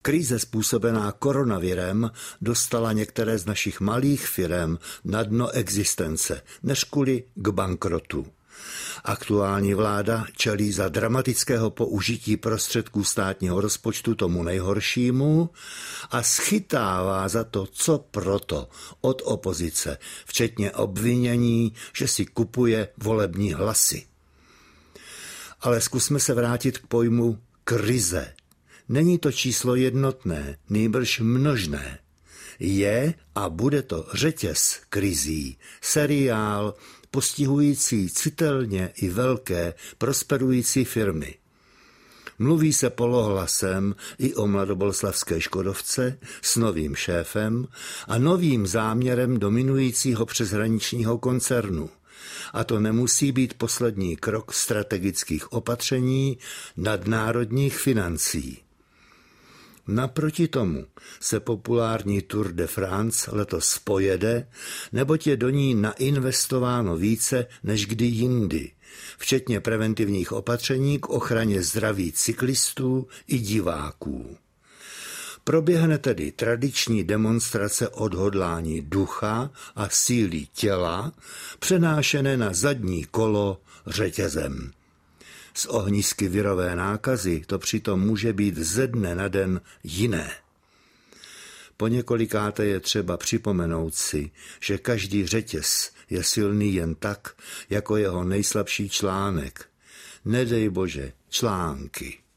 Krize způsobená koronavirem dostala některé z našich malých firem na dno existence, než kvůli k bankrotu. Aktuální vláda čelí za dramatického použití prostředků státního rozpočtu tomu nejhoršímu a schytává za to, co proto od opozice, včetně obvinění, že si kupuje volební hlasy. Ale zkusme se vrátit k pojmu krize. Není to číslo jednotné, nýbrž množné. Je a bude to řetěz krizí, seriál postihující citelně i velké prosperující firmy. Mluví se polohlasem i o mladoboleslavské Škodovce s novým šéfem a novým záměrem dominujícího přeshraničního koncernu. A to nemusí být poslední krok strategických opatření nadnárodních financí. Naproti tomu se populární Tour de France letos pojede, neboť je do ní nainvestováno více než kdy jindy, včetně preventivních opatření k ochraně zdraví cyklistů i diváků. Proběhne tedy tradiční demonstrace odhodlání ducha a síly těla, přenášené na zadní kolo řetězem. Z ohnisky virové nákazy to přitom může být ze dne na den jiné. Poněkolikáté je třeba připomenout si, že každý řetěz je silný jen tak, jako jeho nejslabší článek. Nedej Bože, články.